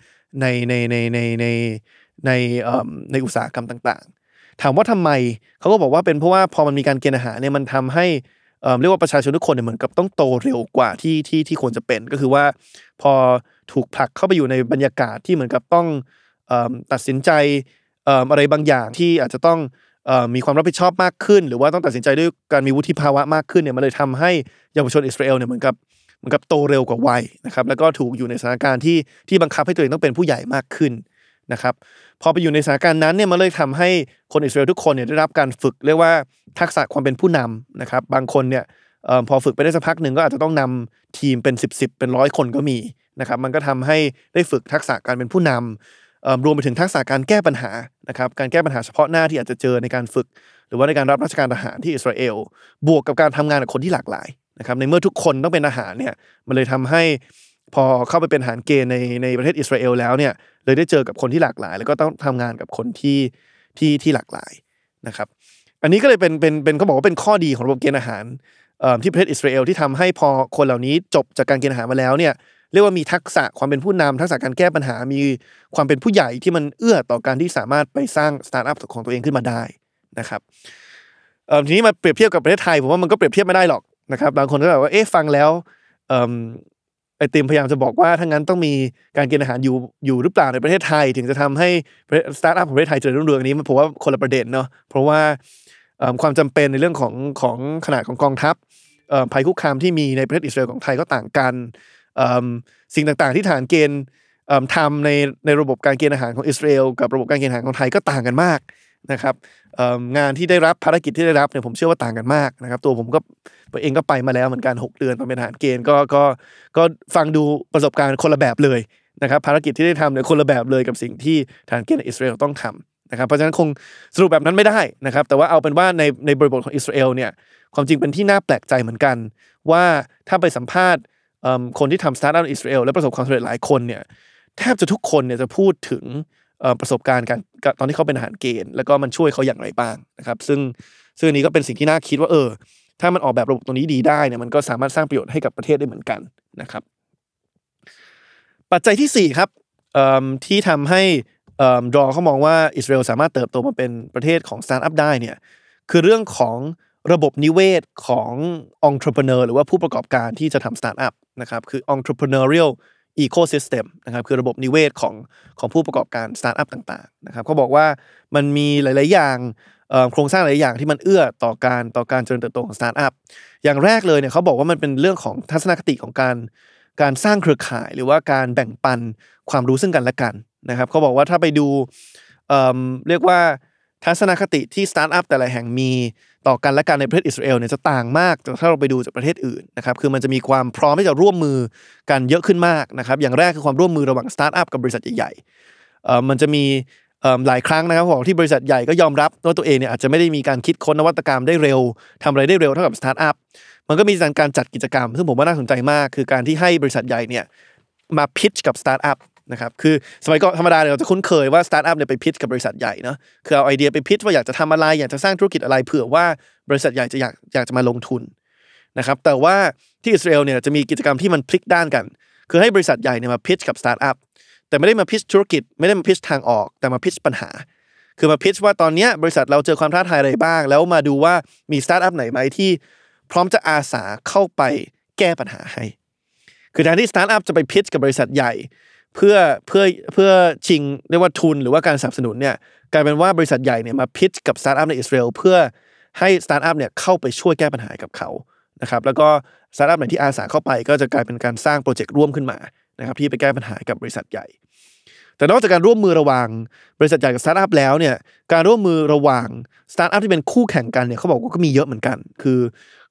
D: ในอุตสาหกรรมต่างๆถามว่าทำไมเขาก็บอกว่าเป็นเพราะว่าพอมันมีการเกณฑ์อาหารเนี่ยมันทำให้เรียกว่าประชาชนทุกคนเนี่ยเหมือนกับต้องโตเร็วกว่าที่ควรจะเป็นก็คือว่าพอถูกผลักเข้าไปอยู่ในบรรยากาศที่เหมือนกับต้องตัดสินใจอะไรบางอย่างที่อาจจะต้องมีความรับผิดชอบมากขึ้นหรือว่าต้องตัดสินใจด้วยการมีวุฒิภาวะมากขึ้นเนี่ยมันเลยทำให้เยาวชนอิสราเอลเนี่ยเหมือนกับโตเร็วกว่าวัยนะครับแล้วก็ถูกอยู่ในสถานการณ์ที่บังคับให้ตัวเองต้องเป็นผู้ใหญ่มากขึ้นนะครับพอไปอยู่ในสถานการณ์นั้นเนี่ยมันเลยทำให้คนอิสราเอลทุกคนเนี่ยได้รับการฝึกเรียกว่าทักษะความเป็นผู้นำนะครับบางคนเนี่ยพอฝึกไปได้สักพักหนึ่งก็อาจจะต้องนำทีมเป็น10เป็น100คนก็มีนะครับมันก็ทำให้ได้ฝึกทักษะการเป็นผู้นำรวมไปถึงทักษะการแก้ปัญหานะครับการแก้ปัญหาเฉพาะหน้าที่อาจจะเจอในการฝึกหรือว่าในการรับราชการทหารที่อิสราเอลบวกกับการทำงานกับคนที่หลากหลายนะครับในเมื่อทุกคนต้องเป็นทหารเนี่ยมันเลยทำให้พอเข้าไปเป็นทหารเกณฑ์ในประเทศอิสราเอลแล้วเนี่ยเลยได้เจอกับคนที่หลากหลายแล้วก็ต้องทำงานกับคนที่หลากหลายนะครับอันนี้ก็เลยเป็นเขาบอกว่าเป็นข้อดีของระบบเกณฑ์อาหารที่ประเทศอิสราเอลที่ทำให้พอคนเหล่านี้จบจากการเกณฑ์อาหารมาแล้วเนี่ยเรียกว่ามีทักษะความเป็นผู้นำทักษะการแก้ปัญหามีความเป็นผู้ใหญ่ที่มันเอื้อต่อการที่สามารถไปสร้างสตาร์ทอัพของตัวเองขึ้นมาได้นะครับทีนี้มาเปรียบเทียบกับประเทศไทยผมว่ามันก็เปรียบเทียบไม่ได้หรอกนะครับบางคนก็แบบว่าฟังแล้วไอติมพยายามจะบอกว่าถ้างั้นต้องมีการเกณฑ์อาหารอยู่หรือเปล่าในประเทศไทยถึงจะทำให้สตาร์ทอัพของประเทศไทยเจริญรุ่งเรืองนี้ผมว่าคนละประเด็นเนาะเพราะว่าความจำเป็นในเรื่องของขนาดของกองทัพภัยคุกคามที่มีในประเทศอิสราเอลของไทยก็ต่างกันสิ่งต่างๆที่ฐานเกณฑ์ทำในระบบการเกณฑ์อาหารของอิสราเอลกับระบบการเกณฑ์อาหารของไทยก็ต่างกันมากนะครับงานที่ได้รับภารกิจที่ได้รับเนี่ยผมเชื่อว่าต่างกันมากนะครับตัวผมก็เองก็ไปมาแล้วเหมือนกัน6 เดือนตอนเป็นทหารเกณฑ์ก็ฟังดูประสบการณ์คนละแบบเลยนะครับภารกิจที่ได้ทำเนี่ยคนละแบบเลยกับสิ่งที่ทหารเกณฑ์ในอิสราเอลต้องทำนะครับเพราะฉะนั้นคงสรุปแบบนั้นไม่ได้นะครับแต่ว่าเอาเป็นว่าในบริบทของอิสราเอลเนี่ยความจริงเป็นที่น่าแปลกใจเหมือนกันว่าถ้าไปสัมภาษณ์คนที่ทำสตาร์ทอัพในอิสราเอลและประสบความสำเร็จหลายคนเนี่ยแทบจะทุกคนเนี่ยจะพูดถึงประสบการณ์การตอนที่เขาเป็นทหารเกณฑ์แล้วก็มันช่วยเขาอย่างไรบ้างนะครับซึ่งอันนี้ก็เป็นสิ่งที่น่าคิดว่าถ้ามันออกแบบระบบตรงนี้ดีได้เนี่ยมันก็สามารถสร้างประโยชน์ให้กับประเทศได้เหมือนกันนะครับปัจจัยที่4ครับที่ทำให้ดรอเขามองว่าอิสราเอลสามารถเติบโตมาเป็นประเทศของสตาร์ทอัพได้เนี่ยคือเรื่องของระบบนิเวศของ entrepreneur หรือว่าผู้ประกอบการที่จะทำสตาร์ทอัพนะครับคือ entrepreneurial ecosystem นะครับคือระบบนิเวศของผู้ประกอบการสตาร์ทอัพต่างๆนะครับเขาบอกว่ามันมีหลายๆอย่างโครงสร้างหลายอย่างที่มันเอื้อต่อการเจริญเติบโตของสตาร์ทอัพอย่างแรกเลยเนี่ยเขาบอกว่ามันเป็นเรื่องของทัศนคติของการสร้างเครือข่ายหรือว่าการแบ่งปันความรู้ซึ่งกันและกันนะครับเขาบอกว่าถ้าไปดูเรียกว่าทัศนคติที่สตาร์ทอัพแต่ละแห่งมีต่อกันและกันในประเทศอิสราเอลเนี่ยจะต่างมากจากถ้าเราไปดูจากประเทศอื่นนะครับคือมันจะมีความพร้อมที่จะร่วมมือกันเยอะขึ้นมากนะครับอย่างแรกคือความร่วมมือระหว่างสตาร์ทอัพกับบริษัทใหญ่ๆมันจะมีหลายครั้งนะครับบอกที่บริษัทใหญ่ก็ยอมรับว่าตัวเองเนี่ยอาจจะไม่ได้มีการคิดค้นนวัตกรรมได้เร็วทำอะไรได้เร็วเท่ากับสตาร์ทอัพมันก็มีการจัดกิจกรรมซึ่งผมว่าน่าสนใจมากคือการที่ให้บริษัทใหญ่เนี่ยมาพิชกับสตาร์ทอัพนะครับคือสมัยก่อนธรรมดาเราจะคุ้นเคยว่าสตาร์ทอัพเนี่ยไปพิชกับบริษัทใหญ่เนาะคือเอาไอเดียไปพิชว่าอยากจะทำอะไรอยากจะสร้างธุรกิจอะไรเผื่อว่าบริษัทใหญ่จะอยากจะมาลงทุนนะครับแต่ว่าที่อิสราเอลเนี่ยจะมีกิจกรรมที่มันพลิกด้านกันคือให้บริษัทใหญ่เนี่ยมาพิชกับสตาร์ทอัพแต่ไม่ได้มาพิชธุรกิจไม่ได้มาพิชทางออกแต่มาพิชปัญหาคือมาพิชว่าตอนนี้บริษัทเราเจอความท้าทายอะไรบ้างแล้วมาดูว่ามีสตาร์ทอัพไหนไหมที่พร้อมจะอาสาเข้าไปแก้ปัญหาให้คือแทนที่สตาร์ทอัพจะไปพิชกับบริษัทใหญ่เพื่อชิงเรียกว่าทุนหรือว่าการสนับสนุนเนี่ยกลายเป็นว่าบริษัทใหญ่เนี่ยมาพิชกับสตาร์ทอัพในอิสราเอลเพื่อให้สตาร์ทอัพเนี่ยเข้าไปช่วยแก้ปัญหากับเขานะครับแล้วก็สตาร์ทอัพไหนที่อาสาเข้าไปก็จะกลายเป็นการสร้างโปรเจกต์ร่วมขึ้นมานะครับที่ไปแก้ปัญหากับบริษัทใหญ่แต่นอกจากการร่วมมือระหว่างบริษัทใหญ่กับสตาร์ทอัพแล้วเนี่ยการร่วมมือระหว่างสตาร์ทอัพที่เป็นคู่แข่งกันเนี่ยเขาบอกว่าก็มีเยอะเหมือนกันคือ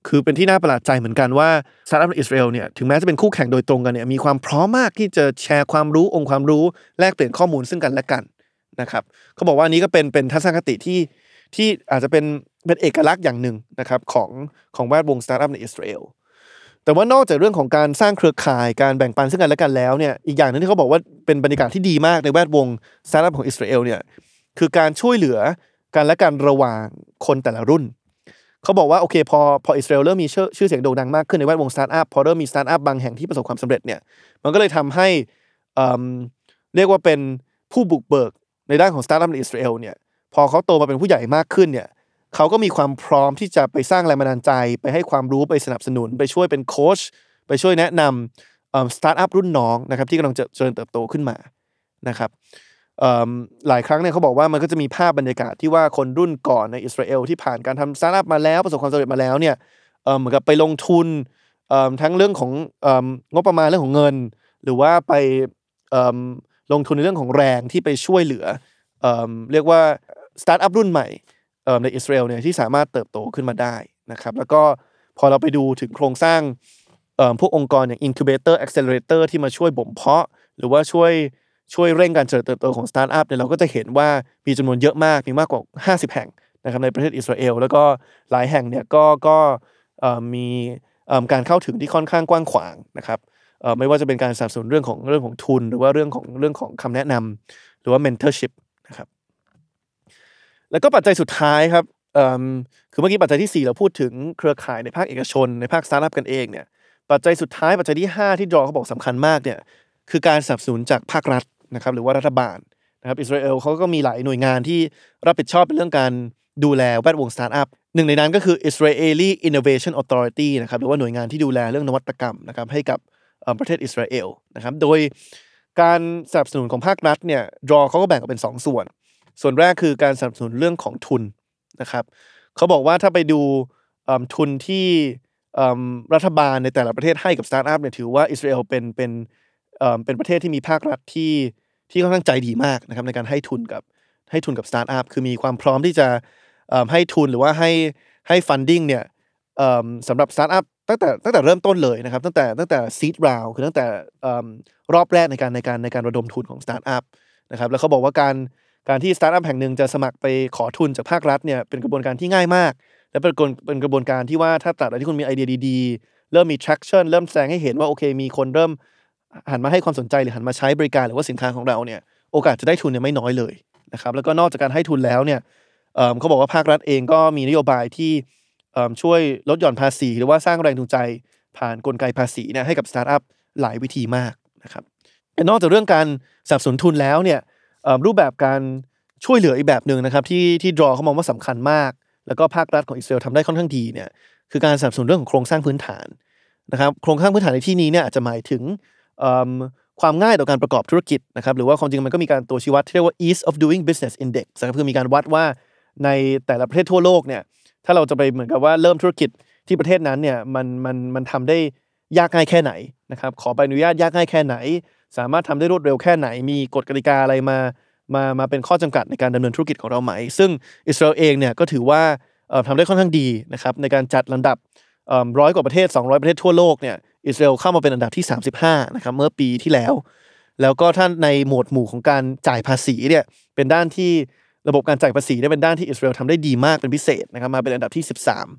D: คือเป็นที่น่าประหลาดใจเหมือนกันว่าสตาร์ทอัพในอิสราเอลเนี่ยถึงแม้จะเป็นคู่แข่งโดยตรงกันเนี่ยมีความพร้อมมากที่จะแชร์ความรู้องค์ความรู้แลกเปลี่ยนข้อมูลซึ่งกันและกันนะครับเขาบอกว่านี้ก็เป็นทัศนคติที่อาจจะเป็นเอกลักษณ์อย่างหนึ่งนะครับของแวดวงสตาร์ทอัพในอิสราเอลแต่ว่านอกจากเรื่องของการสร้างเครือข่ายการแบ่งปันซึ่งกันและกันแล้วเนี่ยอีกอย่างนึงที่เขาบอกว่าเป็นบรรยากาศที่ดีมากในแวดวงสตาร์ทอัพของอิสราเอลเนี่ยคือการช่วยเหลือกันและกันระหว่างคนแต่ละรุ่นเขาบอกว่าโอเคพออิสราเอลเริ่มมีชื่อเสียงโด่งดังมากขึ้นในแวดวงสตาร์ทอัพพอเริ่มมีสตาร์ทอัพบางแห่งที่ประสบความสำเร็จเนี่ยมันก็เลยทำให้เรียกว่าเป็นผู้บุกเบิกในด้านของสตาร์ทอัพในอิสราเอลเนี่ยพอเขาโตมาเป็นผู้ใหญ่มากขึ้นเนี่ยเขาก็มีความพร้อมที่จะไปสร้างแรงบันดาลใจไปให้ความรู้ไปสนับสนุนไปช่วยเป็นโค้ชไปช่วยแนะนำสตาร์ทอัพรุ่นน้องนะครับที่กำลังจะเจริญเติบโตขึ้นมานะครับหลายครั้งเนี่ยเขาบอกว่ามันก็จะมีภาพบรรยากาศที่ว่าคนรุ่นก่อนในอิสราเอลที่ผ่านการทำสตาร์ทอัพมาแล้วประสบความสำเร็จมาแล้วเนี่ยเหมือนกับไปลงทุนทั้งเรื่องของงบประมาณเรื่องของเงินหรือว่าไปลงทุนในเรื่องของแรงที่ไปช่วยเหลือเรียกว่าสตาร์ทอัพรุ่นใหม่ในอิสราเอลเนี่ยที่สามารถเติบโตขึ้นมาได้นะครับแล้วก็พอเราไปดูถึงโครงสร้างพวกองค์กรอย่าง Incubator Accelerator ที่มาช่วยบ่มเพาะหรือว่าช่วยเร่งการเจริญเติบโตของสตาร์ทอัพเนี่ยเราก็จะเห็นว่ามีจำนวนเยอะมากมีมากกว่า50แห่งนะครับในประเทศอิสราเอลแล้วก็หลายแห่งเนี่ยก็มีการเข้าถึงที่ค่อนข้างกว้างขวางนะครับไม่ว่าจะเป็นการสนับสนุนเรื่องของทุนหรือว่าเรื่องของคำแนะนำหรือว่า mentorship นะครับแล้วก็ปัจจัยสุดท้ายครับคือเมื่อกี้ปัจจัยที่4เราพูดถึงเครือข่ายในภาคเอกชนในภาคสตาร์ทอัพกันเองเนี่ยปัจจัยสุดท้ายปัจจัยที่5ที่ดรอเขาบอกสำคัญมากเนี่ยคือการสนับสนุนจากภาครัฐนะครับหรือว่ารัฐบาลนะครับอิสราเอลเขาก็มีหลายหน่วยงานที่รับผิดชอบเป็นเรื่องการดูแลแวดวงสตาร์ทอัพหนึ่งในนั้นก็คือ Israeli Innovation Authority นะครับหรือว่าหน่วยงานที่ดูแลเรื่องนวัตกรรมนะครับให้กับประเทศอิสราเอลนะครับโดยการสนับสนุนของภาครัฐเนี่ยดรอเขาก็แบ่งออกเป็น2ส่วนแรกคือการสนับสนุนเรื่องของทุนนะครับเขาบอกว่าถ้าไปดูทุนที่รัฐบาลในแต่ละประเทศให้กับสตาร์ทอัพเนี่ยถือว่าอิสราเอลเป็นประเทศที่มีภาครัฐที่ค่อนข้างใจดีมากนะครับในการให้ทุนกับสตาร์ทอัพคือมีความพร้อมที่จะให้ทุนหรือว่าให้ funding เนี่ยสำหรับสตาร์ทอัพตั้งแต่เริ่มต้นเลยนะครับตั้งแต่ seed round คือตั้งแต่รอบแรกในการระดมทุนของสตาร์ทอัพนะครับแล้วเขาบอกว่าการที่สตาร์ทอัพแห่งหนึ่งจะสมัครไปขอทุนจากภาครัฐเนี่ยเป็นกระบวนการที่ง่ายมากและเป็นกระบวนการที่ว่าถ้าตราบใดที่คุณมีไอเดียดีๆเริ่มมี traction เริ่มแสดงให้เห็นว่าโอเคมีคนเริ่มหันมาให้ความสนใจหรือหันมาใช้บริการหรือว่าสินค้าของเราเนี่ยโอกาสจะได้ทุนเนี่ยไม่น้อยเลยนะครับแล้วก็นอกจากการให้ทุนแล้วเนี่ยเขาบอกว่าภาครัฐเองก็มีนโยบายที่ช่วยลดหย่อนภาษีหรือว่าสร้างแรงจูงใจผ่านกลไกภาษีเนี่ยให้กับสตาร์ทอัพหลายวิธีมากนะครับนอกจากเรื่องการสนับสนุนทุนแล้วเนี่ยรูปแบบการช่วยเหลืออีกแบบนึงนะครับที่ดรอเขามองว่าสำคัญมากแล้วก็ภาครัฐของอิสราเอลทำได้ค่อนข้างดีเนี่ยคือการสนับสนุนเรื่องของโครงสร้างพื้นฐานนะครับโครงสร้างพื้นฐานในที่นี้เนี่ยอาจจะหมายถึงความง่ายต่อการประกอบธุรกิจนะครับหรือว่าความจริงมันก็มีการตัวชี้วัดที่เรียกว่า ease of doing business index นะครับคือมีการวัดว่าในแต่ละประเทศทั่วโลกเนี่ยถ้าเราจะไปเหมือนกับว่าเริ่มธุรกิจที่ประเทศนั้นเนี่ยมันทำได้ยากง่ายแค่ไหนนะครับขอใบอนุญาตยากง่ายแค่ไหนสามารถทำได้รวดเร็วแค่ไหนมีกฎกติกาอะไรมาเป็นข้อจำกัดในการดำเนินธุรกิจของเราไหมซึ่งอิสราเอลเองเนี่ยก็ถือว่าทำได้ค่อนข้างดีนะครับในการจัดลำดับ100 กว่าประเทศ200ประเทศทั่วโลกเนี่ยอิสราเอลเข้ามาเป็นอันดับที่35นะครับเมื่อปีที่แล้วก็ท่านในหมวดหมู่ของการจ่ายภาษีเนี่ยเป็นด้านที่ระบบการจ่ายภาษีเนี่ยเป็นด้านที่อิสราเอลทำได้ดีมากเป็นพิเศษนะครับมาเป็นอันดับที่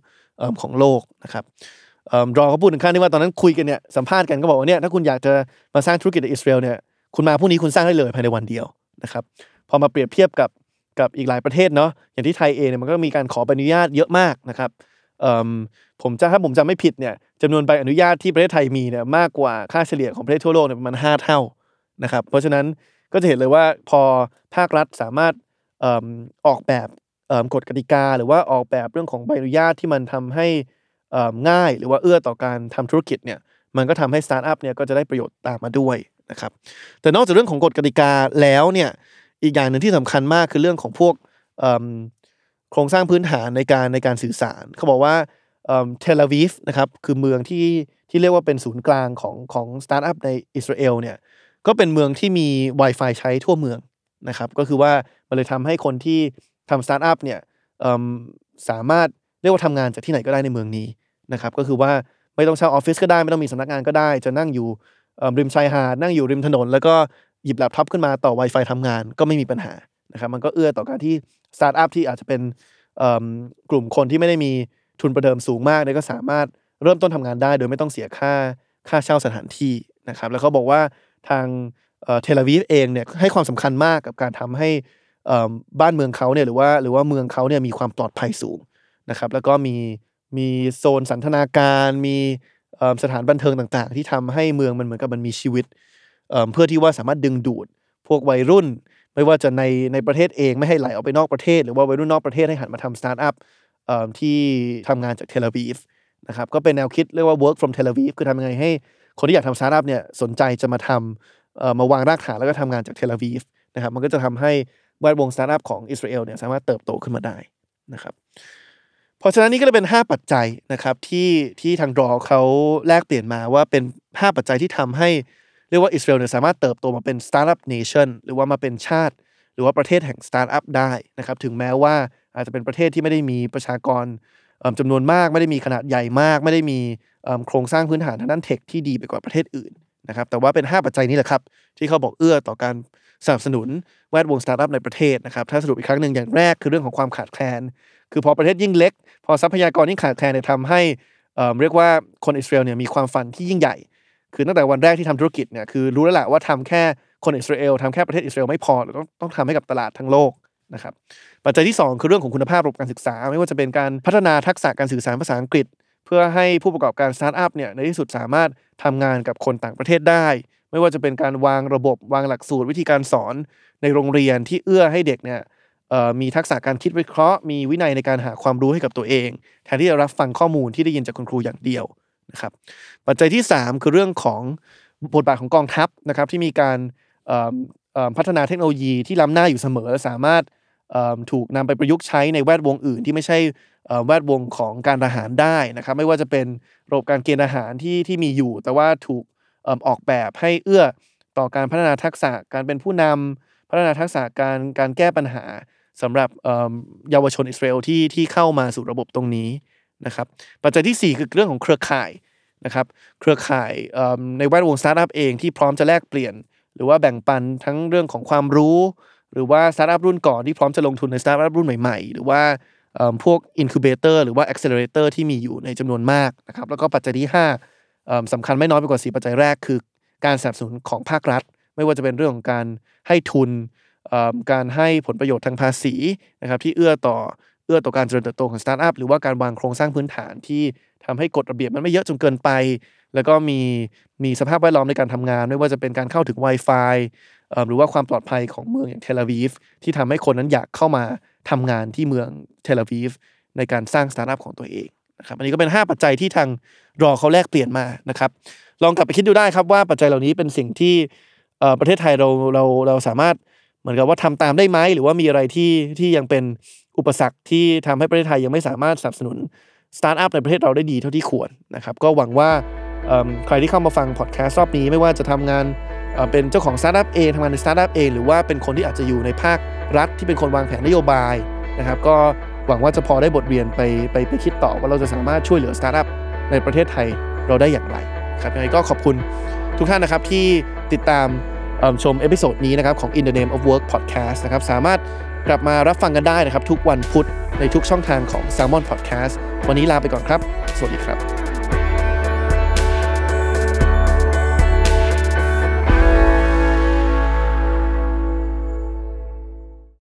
D: 13ของโลกนะครับรอเขาพูดถึงขั้นที่ว่าตอนนั้นคุยกันเนี่ยสัมภาษณ์กันก็บอกว่าเนี่ยถ้าคุณอยากจะมาสร้างธุรกิจในอิสราเอลเนี่ยคุณมาพรุ่งนี้คุณสร้างได้เลยภายในวันเดียวนะครับพอมาเปรียบเทียบกับอีกหลายประเทศเนาะอย่างที่ไทยเองเนี่ยมันก็มีการขอใบอนุญาตเยอะมากนะครับถ้าผมจำไม่ผิดเนี่ยจำนวนใบอนุญาตที่ประเทศไทยมีเนี่ยมากกว่าค่าเฉลี่ยของประเทศทั่วโลกเนี่ยประมาณ5 เท่านะครับเพราะฉะนั้นก็จะเห็นเลยว่าพอภาครัฐสามารถออกแบบกฎกติกาหรือว่าออกแบบเรื่องของใบอนุญาตที่มันทำให้ง่ายหรือว่าเอื้อต่อการทำธุรกิจเนี่ยมันก็ทำให้สตาร์ทอัพเนี่ยก็จะได้ประโยชน์ตามมาด้วยนะครับแต่นอกจากเรื่องของกฎกติกาแล้วเนี่ยอีกอย่างหนึ่งที่สำคัญมากคือเรื่องของพวกโครงสร้างพื้นฐานในการสื่อสารเขาบอกว่าเทลอาวีฟนะครับคือเมืองที่เรียกว่าเป็นศูนย์กลางของสตาร์ทอัพในอิสราเอลเนี่ยก็เป็นเมืองที่มี Wi-Fi ใช้ทั่วเมืองนะครับก็คือว่ามันเลยทำให้คนที่ทำสตาร์ทอัพเนี่ยสามารถเรียกว่าทำงานจากที่ไหนก็ได้ในเมืองนี้นะครับก็คือว่าไม่ต้องเช่าออฟฟิศก็ได้ไม่ต้องมีสำนักงานก็ได้จะนั่งอยู่ริมชายหาดนั่งอยู่ริมถนนแล้วก็หยิบแล็ปท็อปขึ้นมาต่อ Wi-Fi ทำงานก็ไม่มีปัญหานะครับมันก็เอื้อต่อการที่สตาร์ทอัพที่อาจจะเป็นกลุ่มคนที่ไม่ได้มีทุนประเดิมสูงมากเนี่ยก็สามารถเริ่มต้นทำงานได้โดยไม่ต้องเสียค่าเช่าสถานที่นะครับแล้วเขาบอกว่าทางเทลอาวีฟเองเนี่ยให้ความสำคัญมากกับการทำให้บ้านเมืองเขาเนี่ยหรือว่าเมืองเขาเนี่ยมีความปลอดภัยสูงนะครับแล้วก็มีโซนสันทนาการมีสถานบันเทิงต่างๆที่ทำให้เมืองมันเหมือนกับมันมีชีวิตเพื่อที่ว่าสามารถดึงดูดพวกวัยรุ่นไม่ว่าจะในประเทศเองไม่ให้ไหลออกไปนอกประเทศหรือว่าวัยรุ่นนอกประเทศให้หันมาทำสตาร์ทอัพที่ทำงานจากเทลอาวีฟนะครับก็เป็นแนวคิดเรียกว่า work from Tel Aviv คือทำยังไงให้คนที่อยากทำสตาร์ทอัพเนี่ยสนใจจะมาทำมาวางรากฐานแล้วก็ทำงานจากเทลอาวีฟนะครับมันก็จะทำให้แวดวงสตาร์ทอัพของอิสราเอลเนี่ยสามารถเติบโตขึ้นมาได้นะครับเพราะฉะนั้นนี่ก็เลยเป็น5ปัจจัยนะครับที่ทางดรอเขาแลกเปลี่ยนมาว่าเป็น5ปัจจัยที่ทำให้เรียกว่าอิสราเอลเนี่ยสามารถเติบโตมาเป็นสตาร์ทอัพเนชั่นหรือว่ามาเป็นชาติหรือว่าประเทศแห่งสตาร์ทอัพได้นะครับถึงแม้ว่าอาจจะเป็นประเทศที่ไม่ได้มีประชากรจำนวนมากไม่ได้มีขนาดใหญ่มากไม่ได้มีโครงสร้างพื้นฐานทางด้านเทคที่ดีไปกว่าประเทศอื่นนะครับแต่ว่าเป็น5ปัจจัยนี้แหละครับที่เขาบอกเอื้อต่อการสนับสนุนแวดวงสตาร์ทอัพในประเทศนะครับถ้าสรุปอีกครั้งนึงอย่างแรกคือเรื่องของความขาดแคลนคือพอประเทศยิ่งเล็กพอทรัพยากรยิ่งขาดแคลนเนี่ยทำให้เรียกว่าคนอิสราเอลเนี่ยมีความฝันที่ยิ่งใหญ่คือตั้งแต่วันแรกที่ทำธุรกิจเนี่ยคือรู้แล้วแหละว่าทำแค่คนอิสราเอลทำแค่ประเทศอิสราเอลไม่พอต้องทำให้กับตลาดทั้งโลกนะครับปัจจัยที่2คือเรื่องของคุณภาพระบบการศึกษาไม่ว่าจะเป็นการพัฒนาทักษะการสื่อสารภาษาอังกฤษเพื่อให้ผู้ประกอบการสตาร์ทอัพเนี่ยในที่สุดสามารถทำงานกับคนต่างประเทศได้ไม่ว่าจะเป็นการวางระบบวางหลักสูตรวิธีการสอนในโรงเรียนที่เอื้อให้เด็กเนี่ยมีทักษะการคิดวิเคราะห์มีวินัยในการหาความรู้ให้กับตัวเองแทนที่จะรับฟังข้อมูลที่ได้ยินจากคุณครูอย่างเดียวนะครับปัจจัยที่3คือเรื่องของบทบาทของกองทัพนะครับที่มีการพัฒนาเทคโนโลยีที่ล้ำหน้าอยู่เสมอและสามารถถูกนำไปประยุกต์ใช้ในแวดวงอื่นที่ไม่ใช่แวดวงของการทหารได้นะครับไม่ว่าจะเป็นระบบการเกณฑ์ทหารที่มีอยู่แต่ว่าถูกออกแบบให้เอื้อต่อการพัฒนาทักษะการเป็นผู้นำพัฒนาทักษะการแก้ปัญหาสำหรับเยาวชนอิสราเอลที่เข้ามาสู่ระบบตรงนี้นะครับปัจจัยที่4คือเรื่องของเครือข่ายนะครับเครือข่ายในแวดวงสตาร์ทอัพเองที่พร้อมจะแลกเปลี่ยนหรือว่าแบ่งปันทั้งเรื่องของความรู้หรือว่าสตาร์ทอัพรุ่นก่อนที่พร้อมจะลงทุนในสตาร์ทอัพรุ่นใหม่ๆหรือว่าพวกอินคิวเบเตอร์หรือว่าแอ็กเซเลเรเตอร์ที่มีอยู่ในจำนวนมากนะครับแล้วก็ปัจจัยที่5สำคัญไม่น้อยไปกว่า4ปัจจัยแรกคือการสนับสนุนของภาครัฐไม่ว่าจะเป็นเรื่องของการให้ทุนการให้ผลประโยชน์ทางภาษีนะครับที่เอื้อต่อการเจริญเติบโตของสตาร์ทอัพหรือว่าการวางโครงสร้างพื้นฐานที่ทำให้กฎระเบียบมันไม่เยอะจนเกินไปแล้วก็มีสภาพแวดล้อมในการทำงานไม่ว่าจะเป็นการเข้าถึง Wi-Fi หรือว่าความปลอดภัยของเมืองอย่างเทลอาวีฟที่ทำให้คนนั้นอยากเข้ามาทำงานที่เมืองเทลอาวีฟในการสร้างสตาร์ทอัพของตัวเองนะครับอันนี้ก็เป็น5ปัจจัยที่ทางรอเขาแลกเปลี่ยนมานะครับลองกลับไปคิดดูได้ครับว่าปัจจัยเหล่านี้เป็นสิ่งที่ประเทศไทยเราสามารถเหมือนกับว่าทำตามได้ไหมหรือว่ามีอะไรที่ยังเป็นอุปสรรคที่ทำให้ประเทศไทยยังไม่สามารถสนับสนุนสตาร์ทอัพในประเทศเราได้ดีเท่าที่ควรนะครับก็หวังว่าใครที่เข้ามาฟังพอดแคสต์รอบนี้ไม่ว่าจะทำงานเป็นเจ้าของสตาร์ทอัพเองทำงานในสตาร์ทอัพเองหรือว่าเป็นคนที่อาจจะอยู่ในภาครัฐที่เป็นคนวางแผนนโยบายนะครับก็หวังว่าจะพอได้บทเรียนไปคิดต่อว่าเราจะสามารถช่วยเหลือสตาร์ทอัพในประเทศไทยเราได้อย่างไรครับยังไงก็ขอบคุณทุกท่านนะครับที่ติดตามชมเอพิโซดนี้นะครับของ In the Name of Work Podcast นะครับสามารถกลับมารับฟังกันได้นะครับทุกวันพุธในทุกช่องทางของ Salmon Podcast วันนี้ลาไปก่อนครับสวัสดีครับ